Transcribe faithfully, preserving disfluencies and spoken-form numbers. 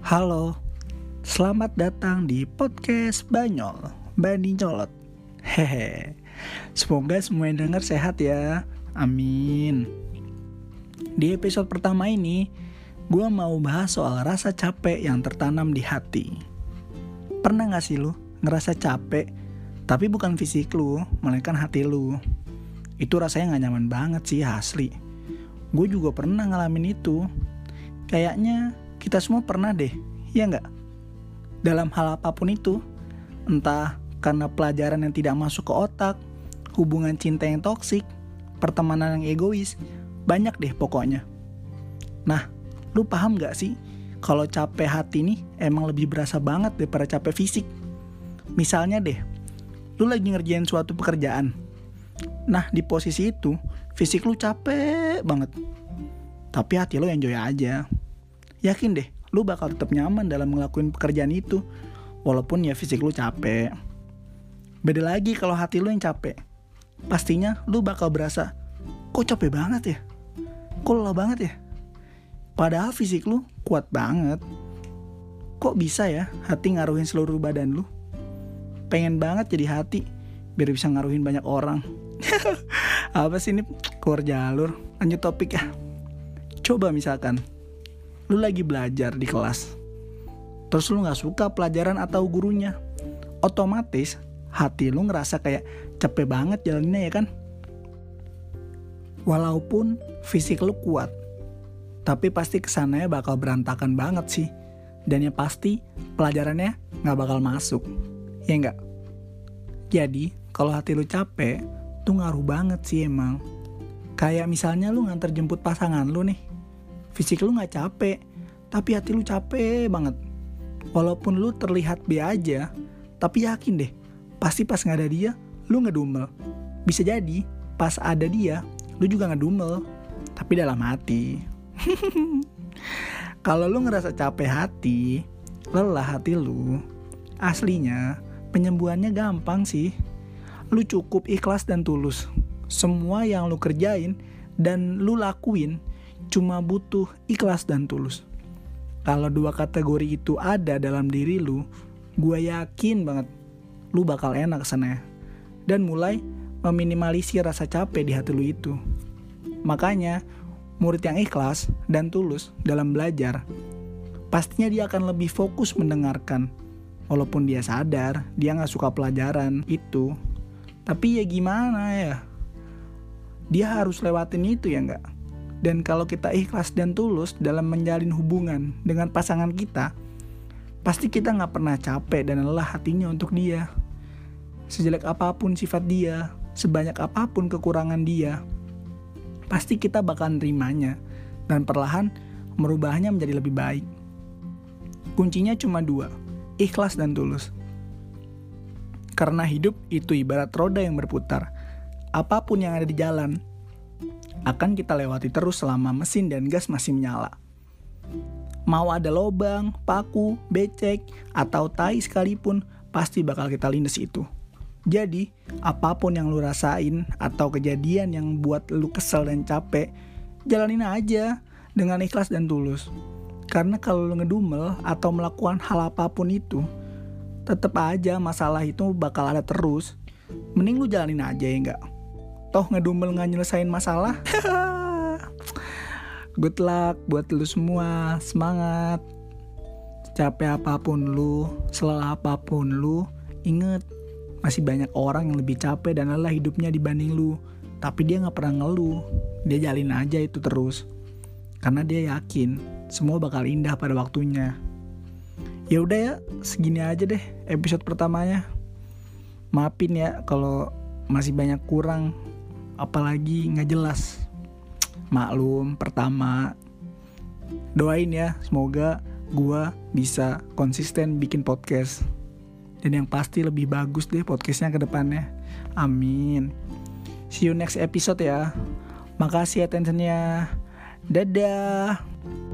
Halo, selamat datang di podcast Banyol, Bani Nyolot. Hehe, semoga semua yang dengar sehat ya, amin. Di episode pertama ini, gue mau bahas soal rasa capek yang tertanam di hati. Pernah gak sih lu ngerasa capek, tapi bukan fisik lu, melainkan hati lu? Itu rasanya gak nyaman banget sih, asli. Gue juga pernah ngalamin itu. Kayaknya kita semua pernah deh, ya nggak? Dalam hal apapun itu, entah karena pelajaran yang tidak masuk ke otak, hubungan cinta yang toksik, pertemanan yang egois, banyak deh pokoknya. Nah, lu paham nggak sih kalau capek hati nih emang lebih berasa banget daripada capek fisik? Misalnya deh, lu lagi ngerjain suatu pekerjaan. Nah, di posisi itu, fisik lu capek banget, tapi hati lu enjoy aja. Yakin deh, lu bakal tetap nyaman dalam ngelakuin pekerjaan itu, walaupun ya fisik lu capek. Beda lagi kalau hati lu yang capek. Pastinya lu bakal berasa, kok capek banget ya? Kok lelah banget ya? Padahal fisik lu kuat banget. Kok bisa ya hati ngaruhin seluruh badan lu? Pengen banget jadi hati, biar bisa ngaruhin banyak orang. Apa sih ini? Keluar jalur. Lanjut topik ya. Coba misalkan lu lagi belajar di kelas, terus lu gak suka pelajaran atau gurunya, otomatis hati lu ngerasa kayak capek banget jalannya, ya kan? Walaupun fisik lu kuat, tapi pasti kesananya bakal berantakan banget sih. Dan yang pasti pelajarannya gak bakal masuk, ya gak? Jadi kalau hati lu capek, tuh ngaruh banget sih emang. Kayak misalnya lu nganter jemput pasangan lu nih, fisik lu gak capek, tapi hati lu capek banget. Walaupun lu terlihat B aja, tapi yakin deh, pasti pas gak ada dia, lu ngedumel. Bisa jadi, pas ada dia, lu juga ngedumel, tapi dalam hati. Kalau lu ngerasa capek hati, lelah hati lu, aslinya penyembuhannya gampang sih. Lu cukup ikhlas dan tulus. Semua yang lu kerjain dan lu lakuin cuma butuh ikhlas dan tulus. Kalau dua kategori itu ada dalam diri lu, gue yakin banget lu bakal enak kesana. Dan mulai meminimalisir rasa capek di hati lu itu. Makanya murid yang ikhlas dan tulus dalam belajar, pastinya dia akan lebih fokus mendengarkan. Walaupun dia sadar dia gak suka pelajaran itu, tapi ya gimana ya, dia harus lewatin itu, ya gak? Dan kalau kita ikhlas dan tulus dalam menjalin hubungan dengan pasangan kita, pasti kita gak pernah capek dan lelah hatinya untuk dia. Sejelek apapun sifat dia, sebanyak apapun kekurangan dia, pasti kita bakal nerimanya dan perlahan merubahnya menjadi lebih baik. Kuncinya cuma dua, ikhlas dan tulus. Karena hidup itu ibarat roda yang berputar. Apapun yang ada di jalan akan kita lewati terus selama mesin dan gas masih menyala. Mau ada lobang, paku, becek, atau tai sekalipun, pasti bakal kita lindas itu. Jadi, apapun yang lu rasain atau kejadian yang buat lu kesel dan capek, jalanin aja dengan ikhlas dan tulus. Karena kalau lu ngedumel atau melakukan hal apapun itu, tetep aja masalah itu bakal ada terus. Mending lu jalanin aja, ya enggak? Toh ngedumel gak nyelesain masalah. Good luck buat lu semua. Semangat. Capek apapun lu, selelah apapun lu, inget, masih banyak orang yang lebih capek dan lelah hidupnya dibanding lu. Tapi dia gak pernah ngeluh. Dia jalin aja itu terus. Karena dia yakin semua bakal indah pada waktunya. Ya udah ya, segini aja deh episode pertamanya. Maafin ya kalau masih banyak kurang, apalagi gak jelas. Maklum, pertama. Doain ya, semoga gua bisa konsisten bikin podcast. Dan yang pasti lebih bagus deh podcastnya ke depannya. Amin. See you next episode ya. Makasih attentionnya. Dadah.